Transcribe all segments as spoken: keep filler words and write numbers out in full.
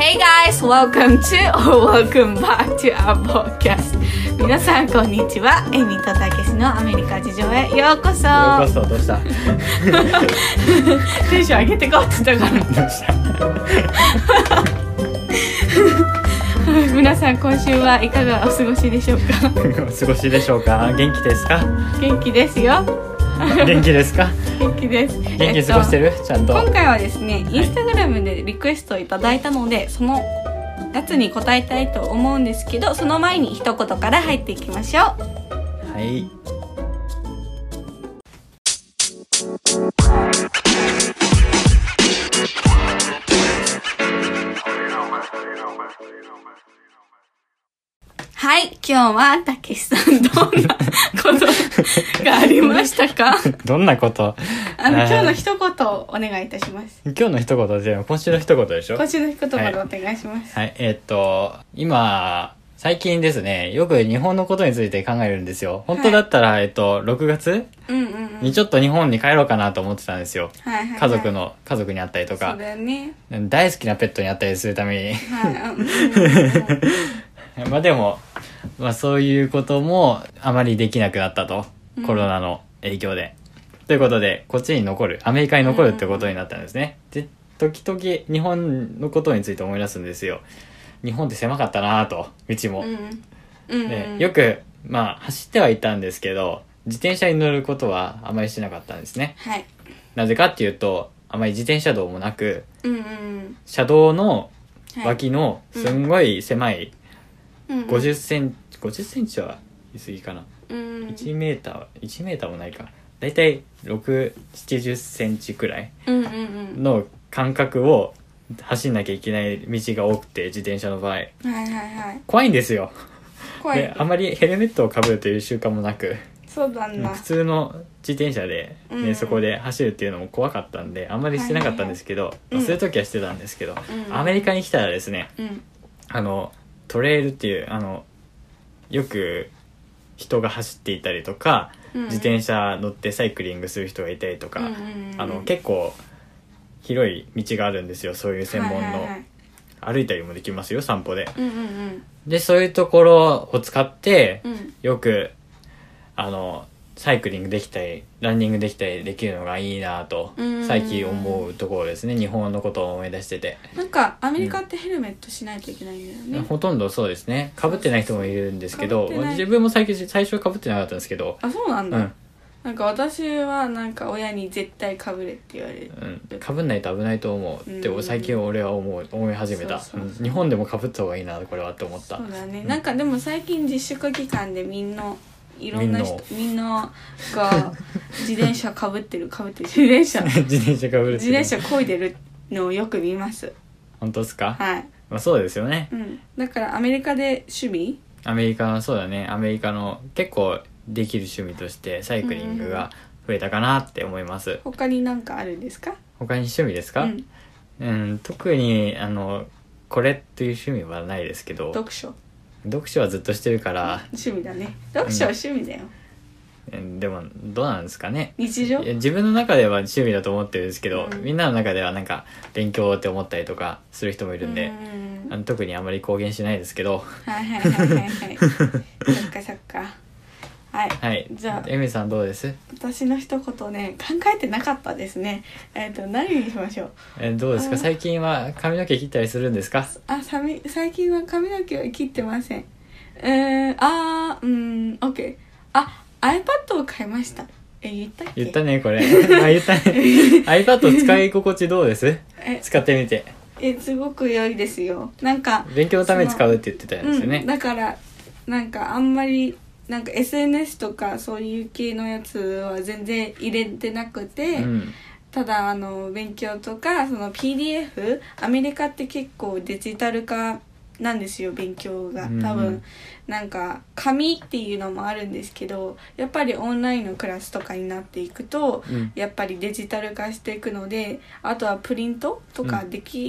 Hey guys, welcome to or welcome back to our podcast. 皆さんこんにちは。エミとたけしのアメリカ事情へようこそ。 ようこそ。どうした？ テンション上げてこうって言ったから。 どうした？ 皆さん今週はいかがお過ごしでしょうか？ お過ごしでしょうか？元気ですか？ 元気ですよ。 元気ですか？ 元気です。 元気過ごしてる？えっと、ちゃんと。 今回はですね、インスタグラムでリクエストをいただいたので、そのやつに答えたいと思うんですけど、その前に一言から入っていきましょう。 はい。 はい、今日はたけしさんどんなことがありましたか？ どんなこと？ あの、今日の一言をお願いいたします。 今日の一言で今週の一言でしょ？ 今週の一言でお願いします。 はい、はい、えー、っと今最近ですね、よく日本のことについて考えるんですよ。本当だったら、はい、えっとろくがつにちょっと日本に帰ろうかなと思ってたんですよ。 はいはいはい、 家族の家族に会ったりとか、 そうだよね、 大好きなペットに会ったりするために、 はいまあでも、まあ、そういうこともあまりできなくなったと、 うん、 コロナの影響でということで、こっちに残る、アメリカに残るってことになったんですね。で、時々日本のことについて思い出すんですよ。日本って狭かったなと、うちも、 うんうんうん、 でよくまあ走ってはいたんですけど、自転車に乗ることはあまりしなかったんですね。 はい。 なぜかっていうと、あまり自転車道もなく、 うんうん、 車道の脇のすんごい狭い、 はい、 ごじゅっセンチ、ごじゅっセンチは言い過ぎかな、 うん、 いちメーターいちメーターもないか、だいたいろく、ななじゅっセンチくらいの間隔を走んなきゃいけない道が多くて、自転車の場合、はいはいはい、 怖いんですよ。 怖い。 で、あまりヘルメットをかぶるという習慣もなく、 そうだな、 普通の自転車で、ね、うん、そこで走るっていうのも怖かったんで、あんまりしてなかったんですけど、はいはいはい、まあ、そういう時はしてたんですけど、うん、アメリカに来たらですね、うん、あのトレイルっていう、あのよく人が走っていたりとか、うん、自転車乗ってサイクリングする人がいたりとか、うんうんうん、あの結構広い道があるんですよ、そういう専門の、はいはいはい、歩いたりもできますよ、散歩で、うんうんうん、でそういうところを使って、うん、よくあのサイクリングできたりランニングできたりできるのがいいなと最近思うところですね。日本のことを思い出してて、 なんかアメリカってヘルメットしないといけないんだよね、 うん、ほとんどそうですね。被ってない人もいるんですけど、自分も最近最初は被ってなかったんですけど。 あ、そうなんだ、うん、なんか私はなんか親に絶対被れって言われる、 うん、被んないと危ないと思うって最近俺は思う思い始めた。そうそうそう、日本でも被った方がいいなこれはって思った。 そうだね、うん、なんかでも最近自粛期間でみんないろんな人みんなが自転車かぶってるかぶってる自転車自転車かぶる自転車漕いでるのをよく見ます。 本当ですか？ はい、 まあ、そうですよね、 うん、だからアメリカで趣味アメリカのそうだねアメリカの結構できる趣味としてサイクリングが増えたかなって思います、うん、 他に何かあるんですか？ 他に趣味ですか？うん、うん、特にあのこれっていう趣味はないですけど、 読書読書はずっとしてるから趣味だね。読書は趣味だよ、 うん、でもどうなんですかね、 日常。 いや自分の中では趣味だと思ってるんですけど、うん、みんなの中ではなんか勉強って思ったりとかする人もいるんで、うん、あの特にあまり公言しないですけど。 はいはいはいはいはいそっかそっか。はい、 はい、じゃあエミさんどうです？ 私の一言ね、考えてなかったですね。えっ、ー、と何にしましょう。 えー、どうですか？最近は髪の毛切ったりするんですか？ あ、さみ最近は髪の毛は切ってません。えー、あー、うん、オッケー。あ、iPad を買いました。え、言ったっけ？ 言ったねこれ。あ、言ったね。iPad 使い心地どうです？使ってみて。 え、すごく良いですよ。なんか勉強のために使うって言ってたんですよね。 うん、だからなんかあんまりなんか エスエヌエス とかそういう系のやつは全然入れてなくて、うん、ただあの勉強とかその ピーディーエフ アメリカって結構デジタル化なんですよ、勉強が。多分、うん、なんか紙っていうのもあるんですけど、やっぱりオンラインのクラスとかになっていくと、うん、やっぱりデジタル化していくので、あとはプリントとかでき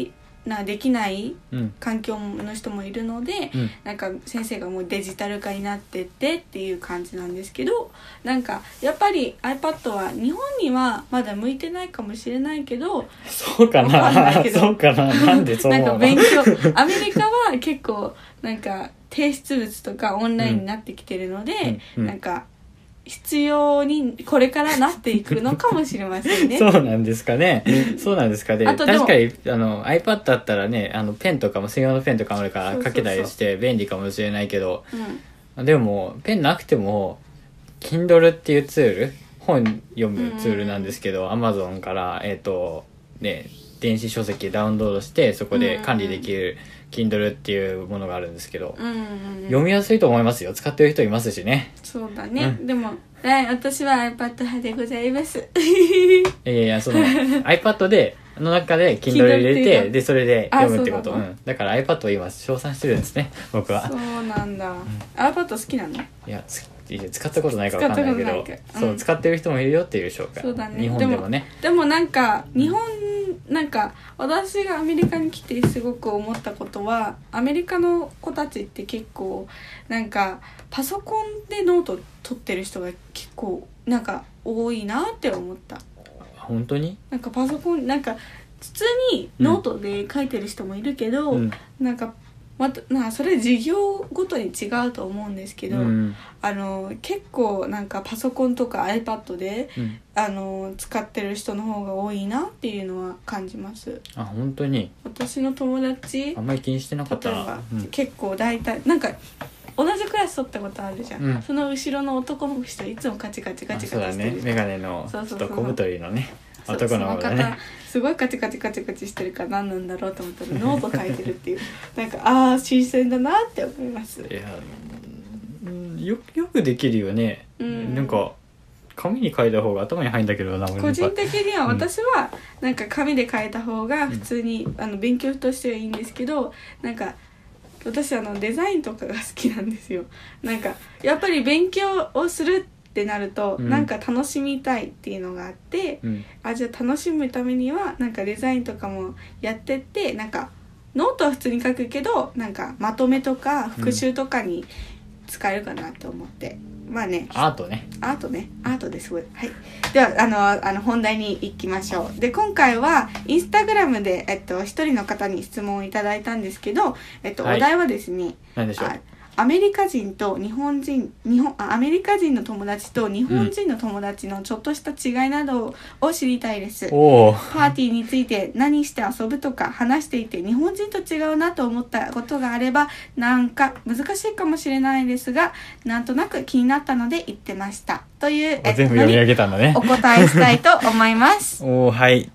なできない環境の人もいるので、うん、なんか先生がもうデジタル化になってってっていう感じなんですけど、なんかやっぱり iPad は日本にはまだ向いてないかもしれないけど、 そうかな、ないそうかな、なんでそう思うの。 なんか勉強アメリカは結構なんか提出物とかオンラインになってきてるので、うんうん、なんか必要にこれからなっていくのかもしれませんね。 そうなんですかね。そうなんですかね。確かにあの iPad だったらね、あのペンとかも専用のペンとかもあるから書けたりして便利かもしれないけど、そうそうそう、でもペンなくても Kindle っていうツール、本読むツールなんですけど、うん、Amazon からえっ、ー、とね電子書籍ダウンロードしてそこで管理できる Kindle っていうものがあるんですけど、うんうんうん、読みやすいと思いますよ。使ってる人いますしね。 そうだね、うん、でも私は iPad 派でございます。 いやいや、その iPad での中で Kindle 入れてでそれで読むってこと。うん、だから iPad を今称賛してるんですね、僕は。 そうなんだ、うん、iPad 好きなの？ いや使ったことないから分かんないけど、うん、そう使ってる人もいるよっていう紹介。 そうだね、 日本でもね。 でも、でもなんか日本なんか私がアメリカに来てすごく思ったことは、アメリカの子たちって結構なんかパソコンでノート取ってる人が結構なんか多いなって思った。 本当に？ なんかパソコンなんか普通にノートで書いてる人もいるけど、うん、なんかまたなんかそれ授業ごとに違うと思うんですけど、うん、あの結構なんかパソコンとか iPad で、うん、あの使ってる人の方が多いなっていうのは感じます。 あ、本当に？ 私の友達あんまり気にしてなかったな。 例えば、うん、結構大体なんか同じクラス取ったことあるじゃん、うん、その後ろの男の人いつもカチカチカチカチしてる。 そうだね、メガネのちょっと小太りのね男の子だね。 すごいカチカチカチカチしてるから何なんだろうと思ったらノート書いてるっていうなんかああ新鮮だなって思います。いやよ, よくできるよね、うん、なんか紙に書いた方が頭に入るんだけどな。 個人的には私はなんか紙で書いた方が普通に、うん、あの勉強としてはいいんですけど、なんか私あのデザインとかが好きなんですよ。なんかやっぱり勉強をするってなると、うん、なんか楽しみたいっていうのがあって、うん、あじゃあ楽しむためにはなんかデザインとかもやってって、なんかノートは普通に書くけどなんかまとめとか復習とかに使えるかなと思って、うん、まあねアートねアートねアートです。はい、ではあのあの本題に行きましょう。で今回はインスタグラムでえっと一人の方に質問をいただいたんですけど、えっと、はい、お題はですね、 何でしょう。 アメリカ人と日本人日本あアメリカ人の友達と日本人の友達のちょっとした違いなどを知りたいです。 おパーティーについて何して遊ぶとか話していて日本人と違うなと思ったことがあれば、なんか難しいかもしれないですがなんとなく気になったので言ってましたという、 全部読み上げたんだね。 お答えしたいと思います。 おはい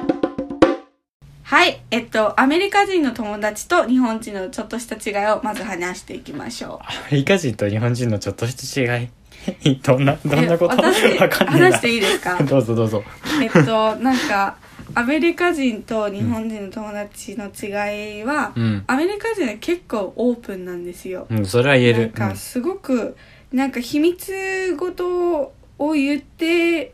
はい、えっと、アメリカ人の友達と日本人のちょっとした違いをまず話していきましょう。 アメリカ人と日本人のちょっとした違いどんな、どんなことわかんないな。 話していいですか？ どうぞどうぞ。 えっと、なんか、アメリカ人と日本人の友達の違いは、うん、アメリカ人は結構オープンなんですよ。 うん、それは言える。 なんか、すごく、なんか秘密事を言って、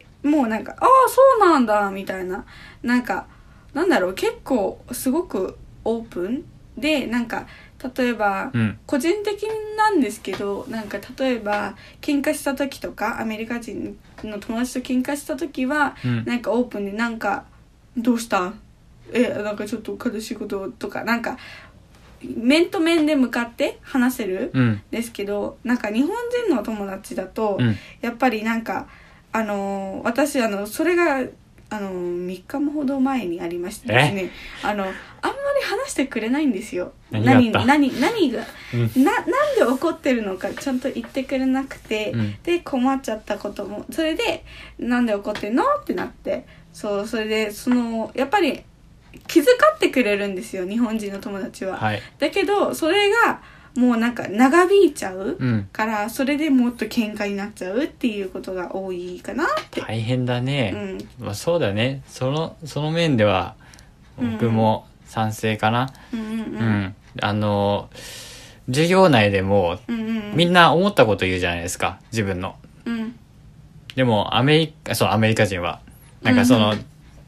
もうなんか、ああ、そうなんだ、みたいな。なんか、なんだろう結構すごくオープンで、なんか例えば、うん、個人的なんですけど、なんか例えば喧嘩した時とかアメリカ人の友達と喧嘩した時は、うん、なんかオープンでなんかどうしたえなんかちょっと悲しいこととかなんか面と面で向かって話せるんですけど、うん、なんか日本人の友達だと、うん、やっぱりなんかあの私あのそれがあのみっかもほど前にありましてですね、あのあんまり話してくれないんですよ。 何が何何が、うん、ななんで怒ってるのかちゃんと言ってくれなくて、うん、で困っちゃったこともそれでなんで怒ってんのってなって、そうそれでそのやっぱり気遣ってくれるんですよ日本人の友達は、 はい、 だけどそれがもうなんか長引いちゃうから、うん、それでもっと喧嘩になっちゃうっていうことが多いかなって。 大変だね、うんまあ、そうだねそのその面では僕も賛成かな、うんうんうんうん、あの授業内でも、うんうん、みんな思ったこと言うじゃないですか自分の、うん、でもアメリカそうアメリカ人はなんかその、うんうん、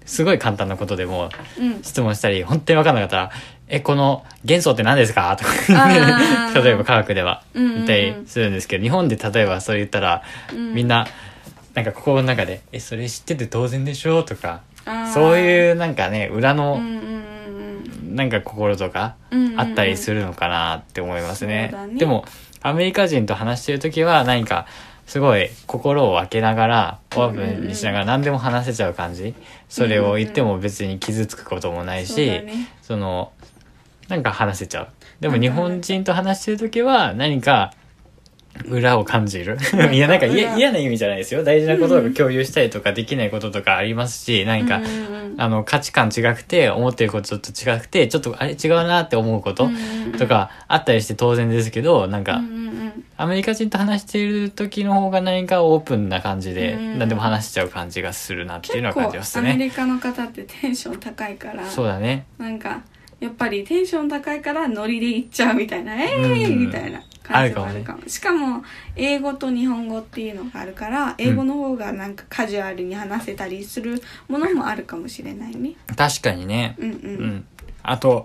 すごい簡単なことでも質問したり、うん、本当に分かんなかったら「えこの元素って何ですか?」とか例えば科学では言ったりするんですけど、うんうんうん、日本で例えばそれ言ったら、うん、みんななんか心の中で「えそれ知ってて当然でしょ?」とかそういうなんかね裏の、うんうんなんか心とかあったりするのかなって思いますね。うんうんうん、でもアメリカ人と話してる時は何かすごい心を開けながらオープンにしながら何でも話せちゃう感じ、うんうんうん、それを言っても別に傷つくこともないし、うんうんね、そのなんか話せちゃう。でも日本人と話してる時は何か裏を感じるいやなんか嫌な意味じゃないですよ。大事なこととか共有したりとかできないこととかありますし、何か、うんうん、あの価値観違くて思ってることと違くてちょっとあれ違うなって思うこととかあったりして当然ですけど、なんか、うんうん、アメリカ人と話している時の方が何かオープンな感じで何でも話しちゃう感じがするなっていうのは感じますね。 結構アメリカの方ってテンション高いから、 そうだね、 なんかやっぱりテンション高いからノリでいっちゃうみたいな、えーみたいな感じがあるかも。しかも英語と日本語っていうのがあるから英語の方がなんかカジュアルに話せたりするものもあるかもしれないね。 確かにね。うんうん。うん、あと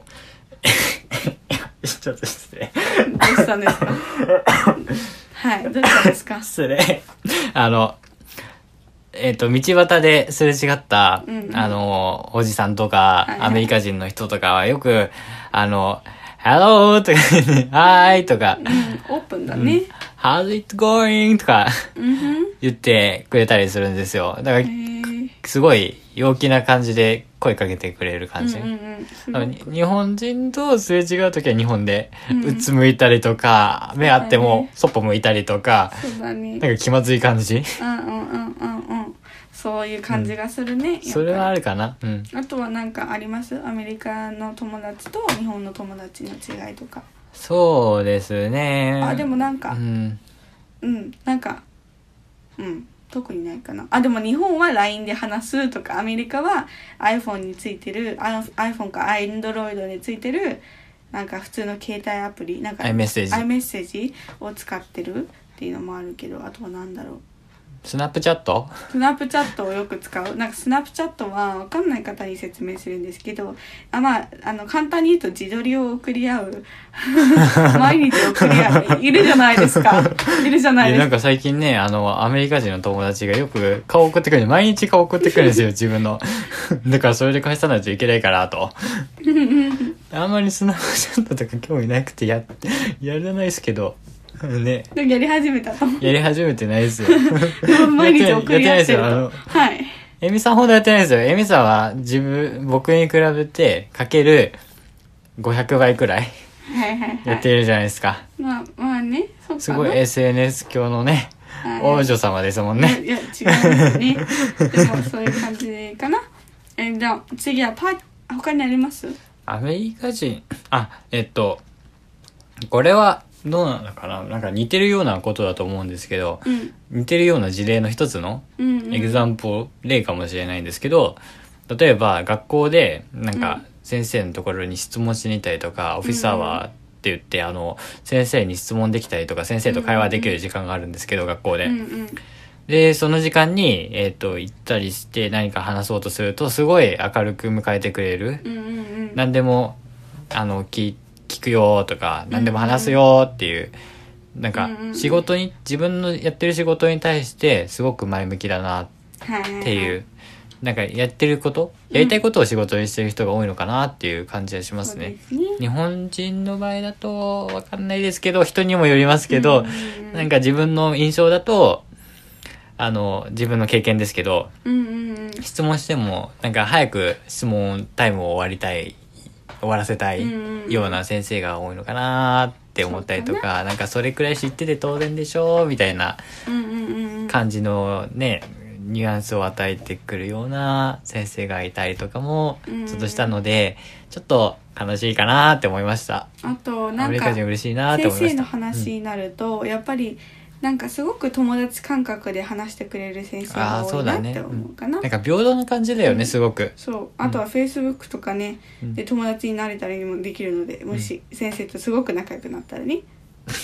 ちょっと失礼。 どうしたんですかはい、どうしたんですか失礼。あのえっと、道端ですれ違った、うんうん、あの、おじさんとか、はいはい、アメリカ人の人とかはよく、あの、Hello! とか、Hi! とか、 うん、オープンだね。うん、 How's it going? とか、言ってくれたりするんですよ。だから、すごい陽気な感じで声かけてくれる感じ。うんうんうん、日本人とすれ違うときは日本で、うつむいたりとか、うん、目あってもそっぽ向いたりとか、 そうだね、 なんか気まずい感じ。 うんうんうんうんうん。そういう感じがするね、 うん、それはあるかな、うん、 あとは何かあります？アメリカの友達と日本の友達の違いとか。 そうですね。 あ、でもなんかうん、うん、なんかうん特にないかな。あ、でも日本は ライン で話すとか、アメリカは iPhone についてる iPhone か Android についてるなんか普通の携帯アプリなんか iMessage iMessage を使ってるっていうのもあるけど、あとはなんだろう、 スナップチャットスナップチャットをよく使う。なんかスナップチャットは分かんない方に説明するんですけど、あ、まあ、あの簡単に言うと自撮りを送り合う毎日送り合ういるじゃないですかいるじゃないですか。 なんか最近ね、あのアメリカ人の友達がよく顔送ってくる、毎日顔送ってくるんですよ自分のだからそれで返さないといけないからとあんまりスナップチャットとか興味なくてややらないですけどね、 やり始めたとやり始めてないですよ毎日送り合ってると。はい。 エミさんほどやってないですよ。エミさんは自分僕に比べてかけるごひゃくばいくらいはいはい、はい、 やってるじゃないですか。 まあまあね、そうかな。 すごい エスエヌエス 教のね、はい、王女様ですもんね。 いや、いや違いますねでもそういう感じかな。えじゃあ次はパ他にあります？ アメリカ人、あ、えっとこれはどうなのかな、なんか似てるようなことだと思うんですけど、うん、似てるような事例の一つのエグザンポ例かもしれないんですけど、例えば学校でなんか先生のところに質問しに行ったりとか、うん、オフィスアワーって言ってあの先生に質問できたりとか先生と会話できる時間があるんですけど、学校で、うんうん、でその時間に、えーと、行ったりして何か話そうとするとすごい明るく迎えてくれる、うんうんうん、何でもあの聞いて聞くよとか何でも話すよっていう、うんうん、なんか仕事に自分のやってる仕事に対してすごく前向きだなっていう、はいはいはい、なんかやってることやりたいことを仕事にしてる人が多いのかなっていう感じがしますね。うん、ね、日本人の場合だと分かんないですけど人にもよりますけど、うんうんうん、なんか自分の印象だとあの自分の経験ですけど、うんうんうん、質問してもなんか早く質問タイムを終わりたい終わらせたいような先生が多いのかなって思ったりとか、なんかそれくらい知ってて当然でしょみたいな感じのねニュアンスを与えてくるような先生がいたりとかもちょっとしたので、ちょっと悲しいかなって思いました。 あとなんかアメリカ人嬉しいなって思いました。 先生の話になると、うん、やっぱりなんかすごく友達感覚で話してくれる先生が多いなって思うかな。 あ、そうだね、うん、なんか平等な感じだよね、うん、すごく。 そう。あとは Facebook とかね、うん、で友達になれたりもできるので、もし先生とすごく仲良くなったらね、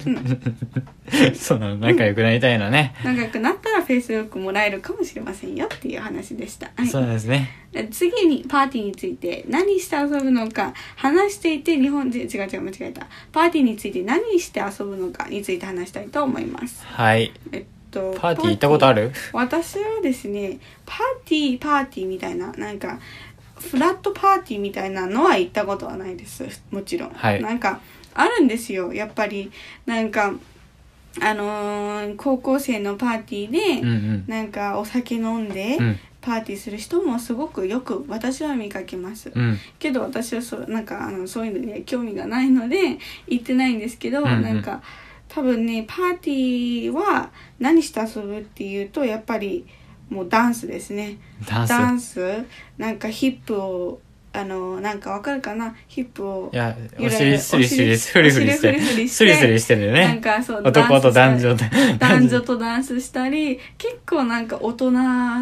うん、 そうなの、仲良くなりたいのね、 仲良くなったらフェイスブックもらえるかもしれませんよっていう話でした、はい、 そうですね。 次にパーティーについて何して遊ぶのか話していて、日本人違う違う間違えたパーティーについて何して遊ぶのかについて話したいと思います。 はい。 えっとパーティー行ったことある？ 私はですね、パーティーパーティーみたいな、なんかフラットパーティーみたいなのは行ったことはないです。もちろん、 はい、 なんかあるんですよ、やっぱり。なんかあのー、高校生のパーティーで、うんうん、なんかお酒飲んで、うん、パーティーする人もすごくよく私は見かけます、うん、けど私はそうなんかあのそういうのに興味がないので行ってないんですけど、うんうん、なんか多分ね、パーティーは何して遊ぶっていうと、やっぱりもうダンスですね。 ダンス、 ダンスなんかヒップをあのなんかわかるかな、ヒップをいやお尻スリスリフリフリしてスリスリしてるよね。 なんかそう男と男女男女とダンスしたり、結構なんか大人な、うん、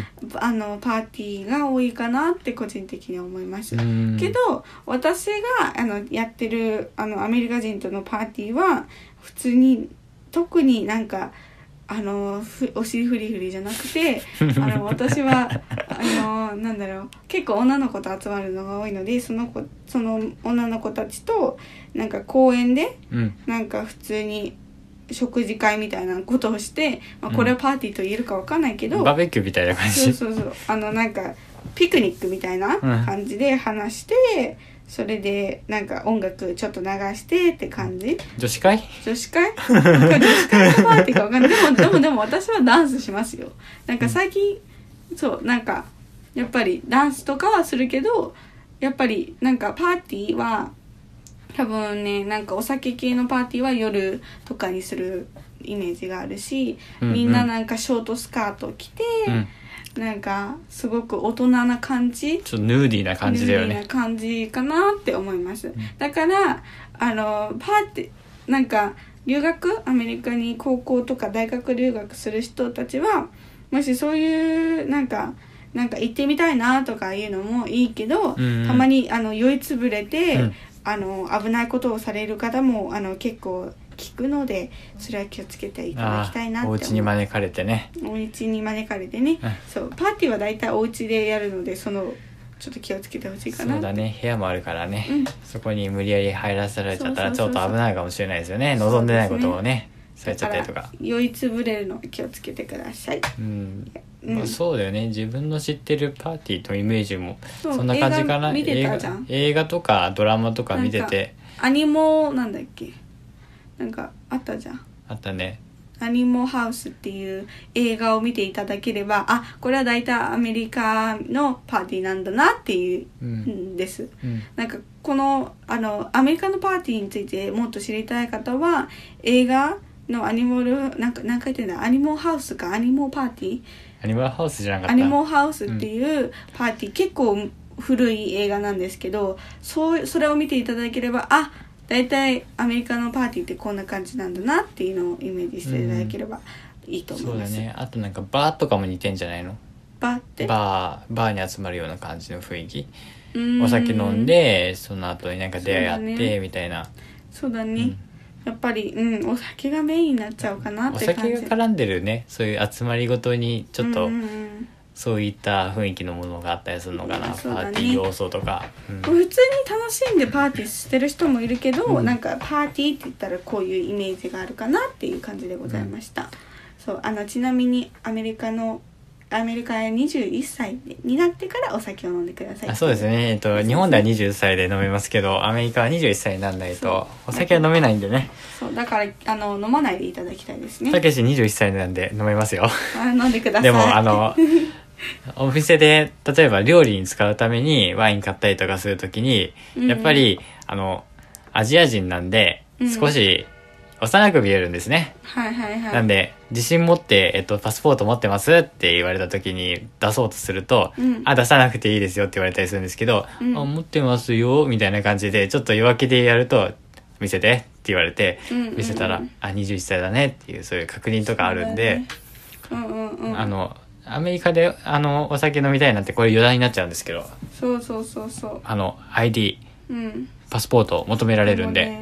あのパーティーが多いかなって個人的に思います。けど私があのやってるあのアメリカ人とのパーティーは普通に、特になんかあのお尻フリフリじゃなくてあの私はあのなんだろう、結構女の子と集まるのが多いので、その子その女の子たちとなんか公園で、うん、なんか普通に食事会みたいなことをして、まあ、これはパーティーと言えるか分かんないけど、 うん、バーベキューみたいな感じ。 そうそうそう、あのなんかピクニックみたいな感じで話して、うんそれでなんか音楽ちょっと流してって感じ。 女子会女子会これ女子会のパーティーか分かんない。でもでもでも私はダンスしますよ。なんか最近、うん、そうなんかやっぱりダンスとかはするけど、やっぱりなんかパーティーは多分ね、なんかお酒系のパーティーは夜とかにするイメージがあるし、うんうん、みんななんかショートスカート着て、うんなんかすごく大人な感じ、 ちょっとヌーディーな感じだよね。 ヌーディーな感じかなって思います、うん、だからあのパーティーなんか留学アメリカに高校とか大学留学する人たちはもしそういうなんかなんか行ってみたいなとかいうのもいいけど、うんうん、たまにあの酔いつぶれて、うん、あの危ないことをされる方もあの結構聞くので、それは気をつけていただきたいなって思う。 お家に招かれてね。 お家に招かれてね、うん、そうパーティーはだいたいお家でやるので、そのちょっと気をつけてほしいかな。 そうだね、部屋もあるからね、うん、そこに無理やり入らせられちゃったらちょっと危ないかもしれないですよね。望んでないことをねされちゃったりとか。 酔いつぶれるの気をつけてください。 うんうんまあ、そうだよね。自分の知ってるパーティーのイメージもそんな感じかな。 映画見てたじゃん。 映画、映画とかドラマとか見てて、 アニモなんだっけ、なんかあったじゃん。 あったね。 アニモハウスっていう映画を見ていただければ、あ、これは大体アメリカのパーティーなんだなっていうんです、うんうん、なんかこのあのアメリカのパーティーについてもっと知りたい方は、映画のアニモルなんか何回言ってんだ、アニモハウスかアニモパーティーアニモハウスじゃなかった。 アニモハウスっていうパーティー、うん、結構古い映画なんですけど、そうそれを見ていただければ、あ、だいたいアメリカのパーティーってこんな感じなんだなっていうのをイメージしていただければいいと思います、 うん、そうだね。あとなんかバーとかも似てんじゃないの。 バーってバーバーに集まるような感じの雰囲気。お酒飲んでその後になんか出会いあってみたいな。 そうだね、そうだね、うん、やっぱり、うん、お酒がメインになっちゃうかなって感じ。 お酒が絡んでるね、そういう集まりごとにちょっと、うんうんうんそういった雰囲気のものがあったりするのかな、ね、パーティー要素とか、 うん、普通に楽しんでパーティーしてる人もいるけど、うん、なんかパーティーって言ったらこういうイメージがあるかなっていう感じでございました、うん、そうあのちなみにアメリカのアメリカにじゅういっさいになってからお酒を飲んでください。 あそうですね、えっと、日本ではにじゅっさいで飲めますけど、アメリカはにじゅういっさいにならないとお酒は飲めないんでね。 そうだからあの飲まないでいただきたいですね。 たけしにじゅういっさいなんで飲めますよ。 あ飲んでください。 でもあのお店で例えば料理に使うためにワイン買ったりとかするときに、うん、やっぱりあのアジア人なんで少し幼く見えるんですね、 うん、はいはいはい。 なんで自信持って、えっと、パスポート持ってますって言われたときに出そうとすると、うん、あ出さなくていいですよって言われたりするんですけど、うん、あ持ってますよみたいな感じでちょっと弱気でやると見せてって言われて、うんうんうん、見せたらあにじゅういっさいだねっていうそういう確認とかあるんで、 うんうんうん、 あのアメリカであのお酒飲みたいなんてこれ余談になっちゃうんですけど、 そうそうそうそうあの アイディー、 うん、 パスポートを求められるんで、 ね、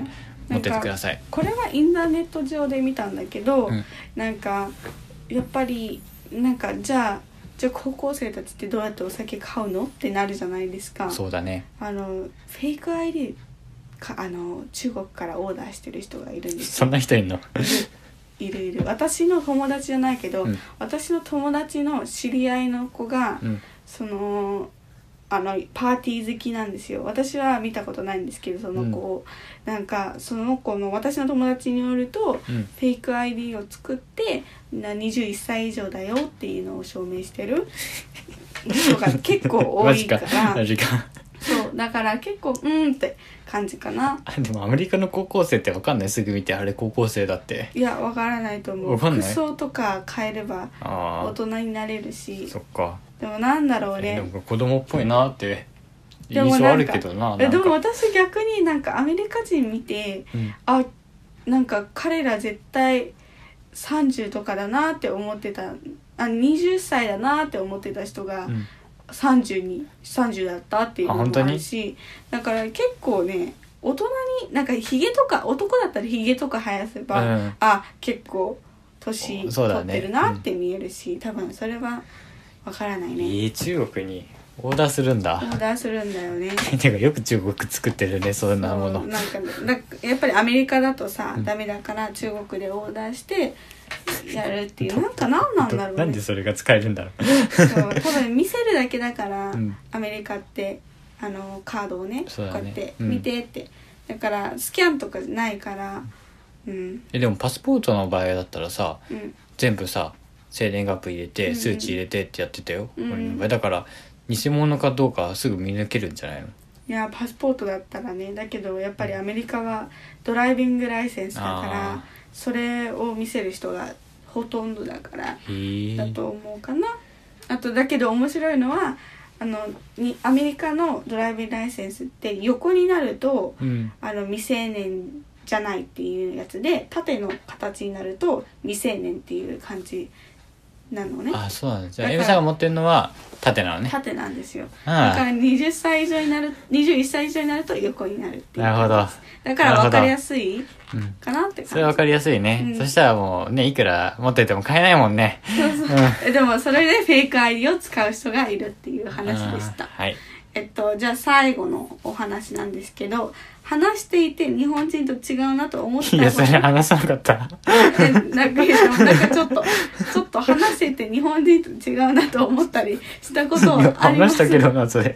持っててください。 これはインターネット上で見たんだけど、うん、なんかやっぱりなんかじゃあじゃあ高校生たちってどうやってお酒買うのってなるじゃないですか。 そうだね。 あのフェイク アイディー かあの中国からオーダーしてる人がいるんですよ。 そんな人いるの？ いるいる。私の友達じゃないけど、うん、私の友達の知り合いの子が、うん、そのあのパーティー好きなんですよ。私は見たことないんですけどその子を、うん、なんかその子の私の友達によると、うん、フェイク アイディー を作ってにじゅういっさい以上だよっていうのを証明してる人が結構多いからマジかそうだから結構うんって感じかな。 でもアメリカの高校生って分かんない？すぐ見てあれ高校生だって。 いや分からないと思う。服装とか変えれば大人になれるし。 そっか。 でもなんだろうね。 でも子供っぽいなって印象あるけどな。 でも, でも私逆になんかアメリカ人見て、うん、あなんか彼ら絶対さんじゅうとかだなって思ってた、あはたちだなって思ってた人が、うんさんじゅうに、さんじゅうだったっていうのもあるし、だから結構ね大人になんかヒゲとか男だったらヒゲとか生やせば、うん、あ結構年取ってるなって見えるし、ねうん、多分それはわからないね。 えー、中国にオーダーするんだ。 オーダーするんだよね。 てかよく中国作ってるねそんなもの。 なんかなんかやっぱりアメリカだとさ、うん、ダメだから中国でオーダーしてやるっていうなんか何なんだろうね。 なんでそれが使えるんだろう。 そう多分見せるだけだから、うん、アメリカってあのカードを ね, ねこうやって見てって、うん、だからスキャンとかないから、うん、 えでもパスポートの場合だったらさ、うん、全部さ生年月日入れて、うん、数値入れてってやってたよ、うん、俺の場合だから偽物かどうかすぐ見抜けるんじゃないの？ いやパスポートだったらね。だけどやっぱりアメリカはドライビングライセンスだからそれを見せる人がほとんどだからだと思うかな。あとだけど面白いのはあのにアメリカのドライビングライセンスって横になると、うん、あの未成年じゃないっていうやつで縦の形になると未成年っていう感じなのね。 あ、そうなんです。じゃあエミさんが持ってるのは縦なのね。 縦なんですよ。だからにじゅっさい以上になるにじゅういっさい以上になると横になるっていう。 なるほど。 だから分かりやすいかなって感じ。 それ分かりやすいね、うん、そしたらもうねいくら持ってても買えないもんね。 そうそう、うん、でもそれでフェイク アイディー を使う人がいるっていう話でした。 はい。 えっとじゃあ最後のお話なんですけど、話していて日本人と違うなと思ったこと。 いやそれ話さなかった。 えなんかなんかちょっとちょっと話してて日本人と違うなと思ったりしたことはあります。 話したけどなそれ。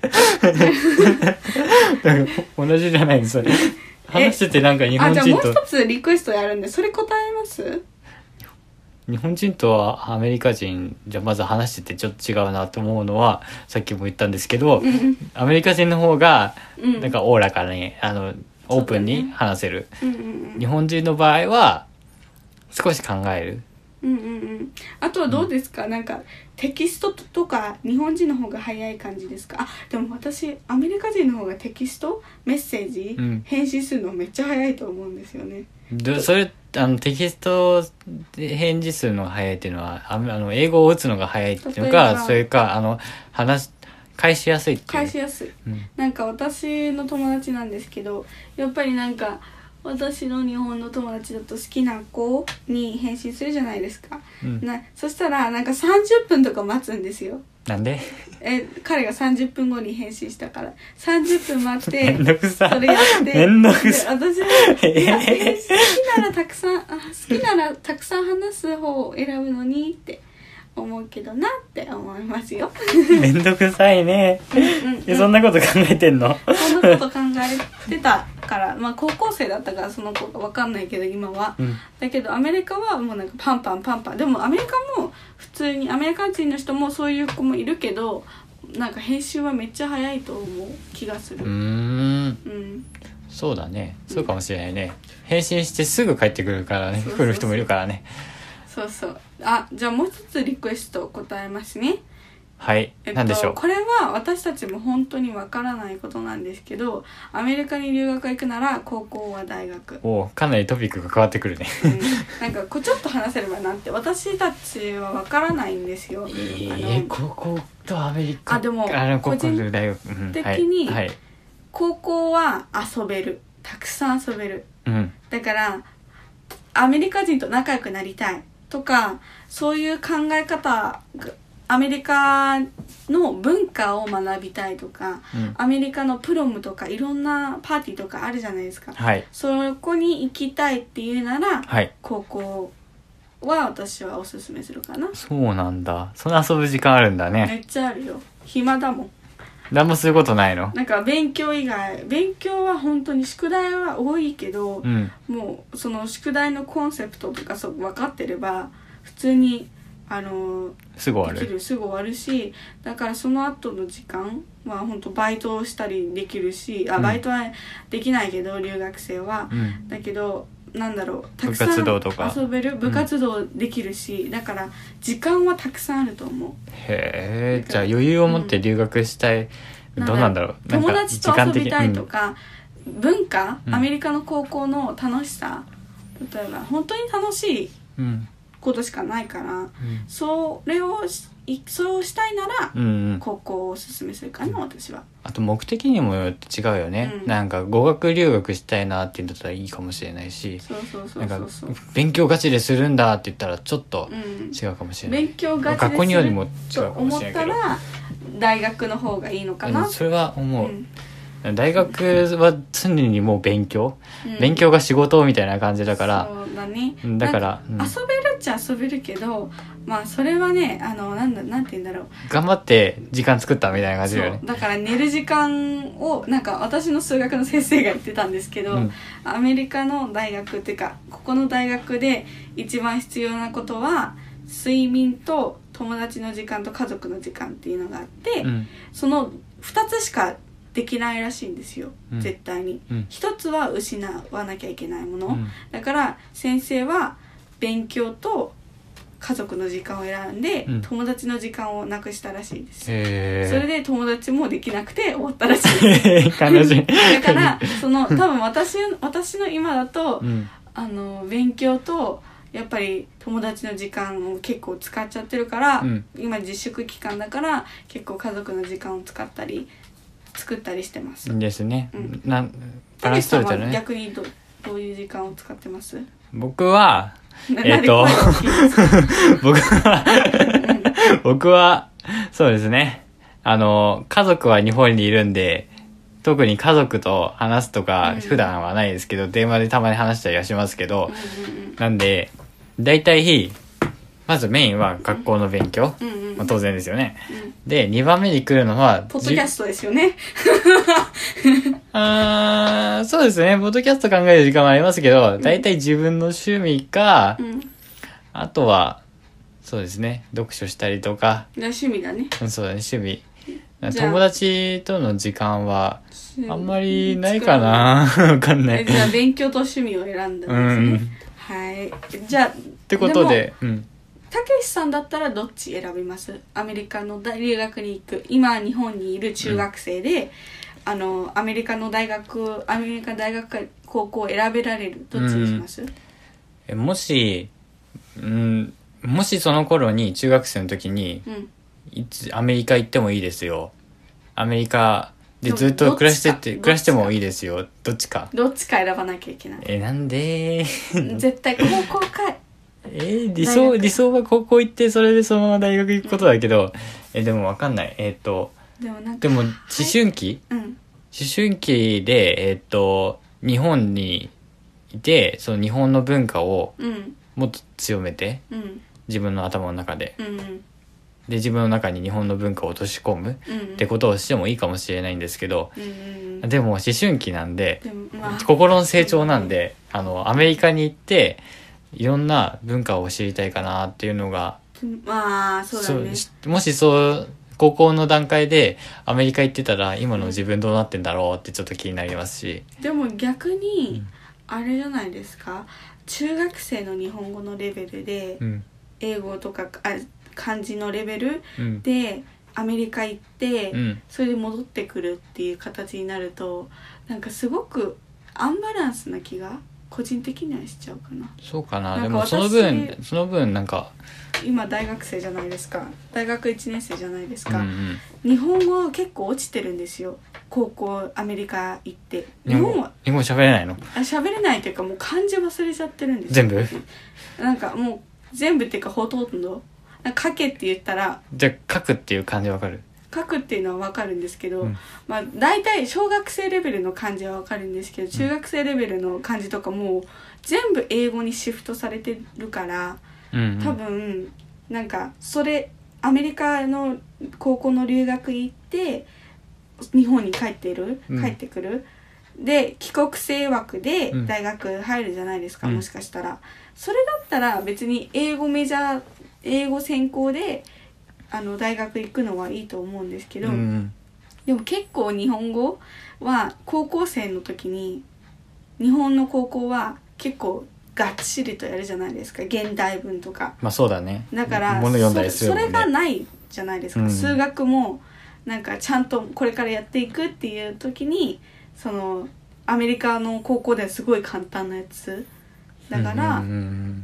同じじゃないのそれ。話しててなんか日本人と。あじゃあもう一つリクエストやるんでそれ答えます？ 日本人とはアメリカ人じゃまず話しててちょっと違うなと思うのはさっきも言ったんですけど、うん、アメリカ人の方がなんかおおらかにあのオープンに話せる、うんうんうん、日本人の場合は少し考える、 うんうんうん、あとはどうですか、うん、なんかテキストとか日本人の方が早い感じですか？あでも私アメリカ人の方がテキストメッセージ、うん、返信するのめっちゃ早いと思うんですよね。 でそれあのテキストで返事するのが早いっていうのはあの英語を打つのが早いっていうのかそれかあの話返しやすいっていう返しやすい、うん、なんか私の友達なんですけどやっぱりなんか私の日本の友達だと好きな子に返信するじゃないですか、うん、なそしたらなんかさんじゅっぷんとか待つんですよ。 なんで？ え彼がさんじゅっぷんごに返信したからさんじゅっぷん待ってめんどくさそれやってめんどくさ私はいや、えー、好きならたくさんあ好きならたくさん話す方を選ぶのにって思うけどなって思いますよ。 めんどくさいね。うんうん、うん、そんなこと考えてんの？ そんなこと考えてたからまあ高校生だったからその子が分かんないけど今は、うん、だけどアメリカはもうなんかパンパンパンパンでもアメリカも普通にアメリカ人の人もそういう子もいるけどなんか編集はめっちゃ早いと思う気がする。うーん、うん、 そうだねそうかもしれないね、うん、返信してすぐ帰ってくるからね来る人もいるからね。 そうそうあじゃあもう一つリクエスト答えますね。 はい、えっと、何でしょう。 これは私たちも本当にわからないことなんですけどアメリカに留学行くなら高校は大学。 おかなりトピックが変わってくるね、 うん、なんかこうちょっと話せればなって私たちはわからないんですよ。 えー、高校とアメリカあでもあの個人大学、 的に高校は遊べるたくさん遊べるうん、 だからアメリカ人と仲良くなりたいとかそういう考え方、アメリカの文化を学びたいとか、うん、アメリカのプロムとかいろんなパーティーとかあるじゃないですか、 はい、 そこに行きたいっていうなら、 はい、 高校は私はおすすめするかな。 そうなんだ。その遊ぶ時間あるんだね。 めっちゃあるよ。暇だもん。 何もすることないの？ なんか勉強以外、勉強は本当に宿題は多いけど、うん、もうその宿題のコンセプトとかそう分かってれば普通にあのすぐ終わる。 できるすぐ終わるし、だからその後の時間は本当バイトをしたりできるし、あ、バイトはできないけど、うん、留学生は、うん、だけどなんだろう、たくさん遊べる部活動できるし、うん、だから時間はたくさんあると思う。 へえ、じゃあ余裕を持って留学したい、うん、どうなんだろう、 友達と遊びたいとか、うん、文化、アメリカの高校の楽しさ、例えば本当に楽しいことしかないから、うん、それをそうしたいなら、うんうん、高校をおすすめするかな、私は。 あと目的にもよって違うよね、うん、なんか語学留学したいなって言うんだったらいいかもしれないし、 そうそうそうそうそう、 なんか勉強ガチでするんだって言ったらちょっと違うかもしれない、 うん、勉強ガチですると思ったら大学の方がいいのかな、 うん、それは思う、うん、大学は常にもう勉強、うん、勉強が仕事みたいな感じだから、 そうだね、 だから、 うん、遊べるっちゃ遊べるけど、まあそれはね、あのなんだなんて言うんだろう、 頑張って時間作ったみたいな感じだよね。 そうだから寝る時間をなんか私の数学の先生が言ってたんですけど、うん、アメリカの大学っていうかここの大学で一番必要なことは睡眠と友達の時間と家族の時間っていうのがあって、うん、そのふたつしかできないらしいんですよ、うん、絶対に、うん、ひとつは失わなきゃいけないもの、うん、だから先生は勉強と家族の時間を選んで、うん、友達の時間をなくしたらしいです。へー。それで友達もできなくて終わったらしいです。悲しい。だからその多分私私の今だと、うん、あの勉強とやっぱり友達の時間を結構使っちゃってるから、うん、今自粛期間だから結構家族の時間を使ったり作ったりしてます。 ですね。 うん、 なんバランス取れたらね。逆に ど, どういう時間を使ってます？ 僕はえっと僕は僕はそうですね、あの家族は日本にいるんで特に家族と話すとか普段はないですけど、うん、電話でたまに話したりはしますけど、うんうんうん、なんでだいたいまずメインは学校の勉強、うんうん、まあ、当然ですよね、うん、でにばんめに来るのはポッドキャストですよねあー、そうですね、ポッドキャスト考える時間もありますけど、だいたい自分の趣味か、うん、あとはそうですね、読書したりとか。 趣味だね。 そうだね、趣味。友達との時間はあんまりないかなわかんない。 じゃあ勉強と趣味を選んだんですね、うん、はい。じゃあってことで、うん、 たけしさんだったらどっち選びます？アメリカの留学に行く、今日本にいる中学生で、うん、あのアメリカの大学アメリカ大学高校を選べられる、どっちにします？うん、 えもし、うん、もしその頃に中学生の時に、うん、いつアメリカ行ってもいいですよ、アメリカでずっと暮らしてって暮らしてもいいですよ、どっちかどっちか選ばなきゃいけない。 えなんで絶対高校かえー、理想理想は高校行ってそれでそのまま大学行くことだけど、うん、えでも分かんない、えっ、ー、とでもなんかでも思春期、はい、うん、思春期でえっ、ー、と日本にいてその日本の文化をもっと強めて、うん、自分の頭の中で、うんうん、で自分の中に日本の文化を落とし込むってことをしてもいいかもしれないんですけど、うんうん、でも思春期なんで、まあ、心の成長なんで、うん、あのアメリカに行っていろんな文化を知りたいかなっていうのが、 まあそうだね、 もしそう高校の段階でアメリカ行ってたら今の自分どうなってんだろうってちょっと気になりますし、 でも逆にあれじゃないですか、うん、中学生の日本語のレベルで、うん、英語とかあ漢字のレベルでアメリカ行って、うん、それで戻ってくるっていう形になるとなんかすごくアンバランスな気が個人的にはしちゃうかな。 そうかな。 なんかでもその分その分なんか今大学生じゃないですか。大学いちねん生じゃないですか、 うんうん、日本語結構落ちてるんですよ。高校アメリカ行って日本は日本喋れないの？ あ、喋れないっていうかもう漢字忘れちゃってるんですよ。 全部？ なんかもう全部っていうかほとんどなんか書けって言ったら、 じゃあ書くっていう漢字わかる？ 書くっていうのは分かるんですけど、 うん、まあ大体小学生レベルの漢字は分かるんですけど、中学生レベルの漢字とかもう全部英語にシフトされてるから、 うんうん、 多分なんかそれアメリカの高校の留学行って日本に帰ってる帰ってくる、うん、で帰国生枠で大学入るじゃないですか、うん、もしかしたらそれだったら別に英語メジャー英語専攻であの大学行くのはいいと思うんですけど、うん、でも結構日本語は高校生の時に日本の高校は結構がっちりとやるじゃないですか、現代文とか。 まあそうだね。 だから物読んだりするもんね。 それがないじゃないですか、うん、数学もなんかちゃんとこれからやっていくっていう時にそのアメリカの高校ではすごい簡単なやつだから、うんうんうん、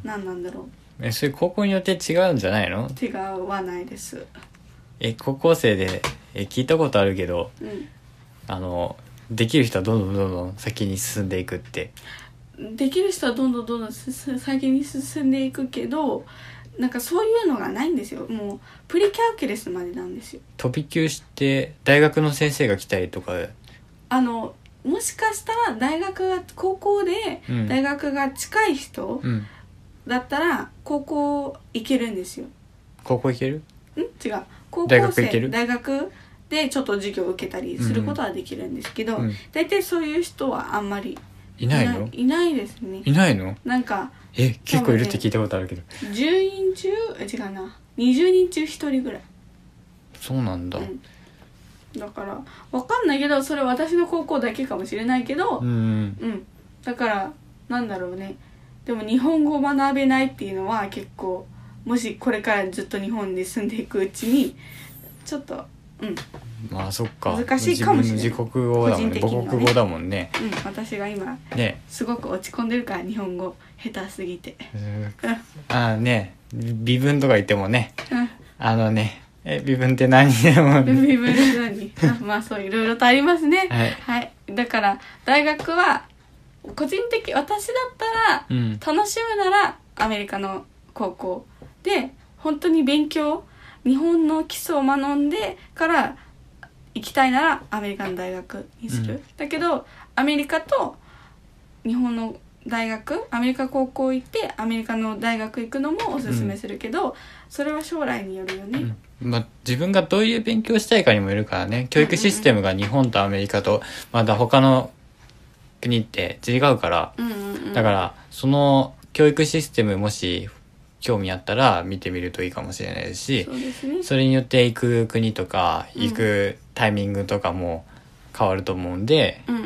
何なんだろう。 え、それ高校によって違うんじゃないの？ 違うはないです。 え、高校生でえ聞いたことあるけど、 うん、 あのできる人はどんどんどんどん先に進んでいくって。 できる人はどんどんどんどん先に進んでいくけど、なんかそういうのがないんですよ。もうプリキャルキュレスまでなんですよ。 飛び級して大学の先生が来たりとか。 あのもしかしたら大学が高校で大学が近い人、うんだったら高校行けるんですよ。 高校行ける？ ん？違う。高校生大学行ける？ 大学でちょっと授業を受けたりすることはできるんですけど、うん、大体そういう人はあんまりいないの？ いないですね。 いないの？ なんかえ結構いるって聞いたことあるけど、 じゅうにん中違うなにじゅうにん中ひとりぐらい。 そうなんだ、うん、 だからわかんないけどそれ私の高校だけかもしれないけど、 うん、うん、 だからなんだろうね。でも日本語を学べないっていうのは結構もしこれからずっと日本に住んでいくうちにちょっとうんまあそっか難しいかもしれない。 自分の自国語だもんね、母国語だもんね。 うん、私が今ねすごく落ち込んでるから日本語下手すぎて。 うん、ああね微分とか言ってもね、 うん、 あのねえ微分って何でも、 ね、微分って何まあそういろいろとありますね。 はい、 はい、だから大学は個人的私だったら、うん、楽しむならアメリカの高校で本当に勉強日本の基礎を学んでから行きたいならアメリカの大学にする、うん、だけどアメリカと日本の大学アメリカ高校行ってアメリカの大学行くのもおすすめするけど、うん、それは将来によるよね、 うんまあ、自分がどういう勉強したいかにもよるからね。教育システムが日本とアメリカとまだ他の国って違うから、 うんうんうん、 だからその教育システムもし興味あったら見てみるといいかもしれないですし、 そうですね、 それによって行く国とか行くタイミングとかも変わると思うんで、 うんうんうん、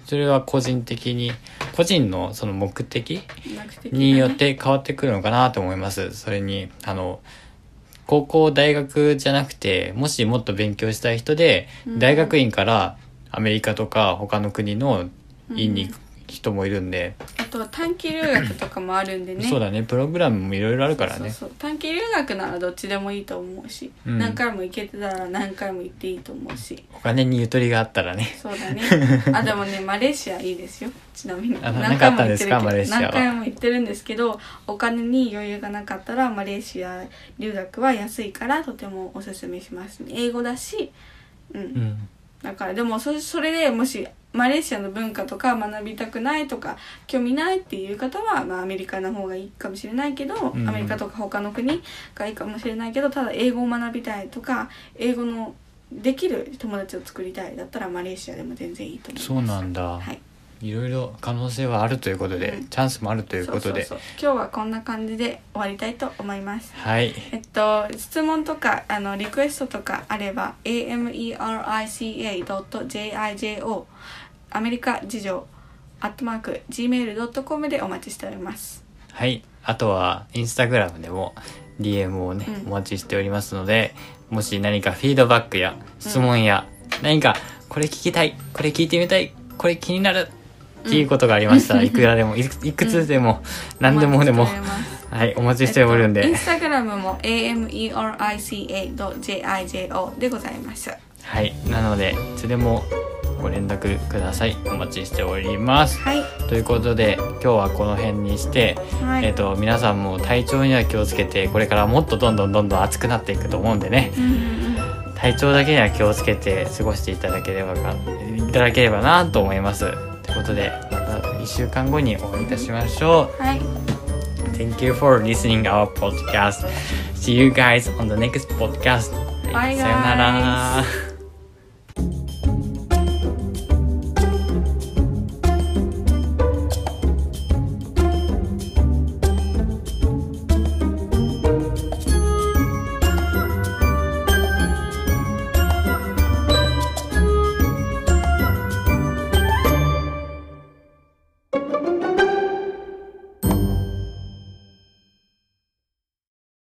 それは個人的に個人のその目的によって変わってくるのかなと思います。それにあの高校大学じゃなくてもしもっと勉強したい人で、うん、大学院からアメリカとか他の国の院に行く人もいるんで、 あとは短期留学とかもあるんでねそうだね、プログラムもいろいろあるからね。 そうそうそう、短期留学ならどっちでもいいと思うし、うん、何回も行けてたら何回も行っていいと思うし、 お金にゆとりがあったらね。 そうだねあでもねマレーシアいいですよ。ちなみにあ何回も行ってるけどマレーシアは何回も行ってるんですけど、お金に余裕がなかったらマレーシア留学は安いからとてもおすすめしますね。英語だし、うん、うん、だからでも そ, それでもしマレーシアの文化とか学びたくないとか興味ないっていう方は、まあ、アメリカの方がいいかもしれないけど、うん、アメリカとか他の国がいいかもしれないけど、ただ英語を学びたいとか英語のできる友達を作りたいだったらマレーシアでも全然いいと思います。 そうなんだ、 はい、 いろいろ可能性はあるということで、うん、チャンスもあるということで、 そうそうそう、今日はこんな感じで終わりたいと思います。 はい、 えっと質問とかあのリクエストとかあれば エーエムイーアールアイシーエードットジェイアイジェイオー アメリカ事情アットマーク ジーメールドットコム でお待ちしております。 はい、あとはインスタグラムでも ディーエム をね、うん、お待ちしておりますので、もし何かフィードバックや質問や、うん、何かこれ聞きたいこれ聞いてみたいこれ気になるっっていうことがありましたら、うん、いくらでもいくつでも、うん、何でもでもはいお待ちしておるんで、 インスタグラムも エーエムイーアールアイシーエードットジェイアイジェイオー でございます。 はい、なのでいつでもご連絡ください。お待ちしております、 はい、 ということで今日はこの辺にして、はい、えーと、皆さんも体調には気をつけて、これからもっとどんどんどんどん暑くなっていくと思うんでね、うんうん、体調だけには気をつけて過ごしていただければかいただければなと思います。ということでまたいっしゅうかんごにお会いいたしましょう、 はい、 Thank you for listening our podcast. See you guys on the next podcast、はい、さよなら。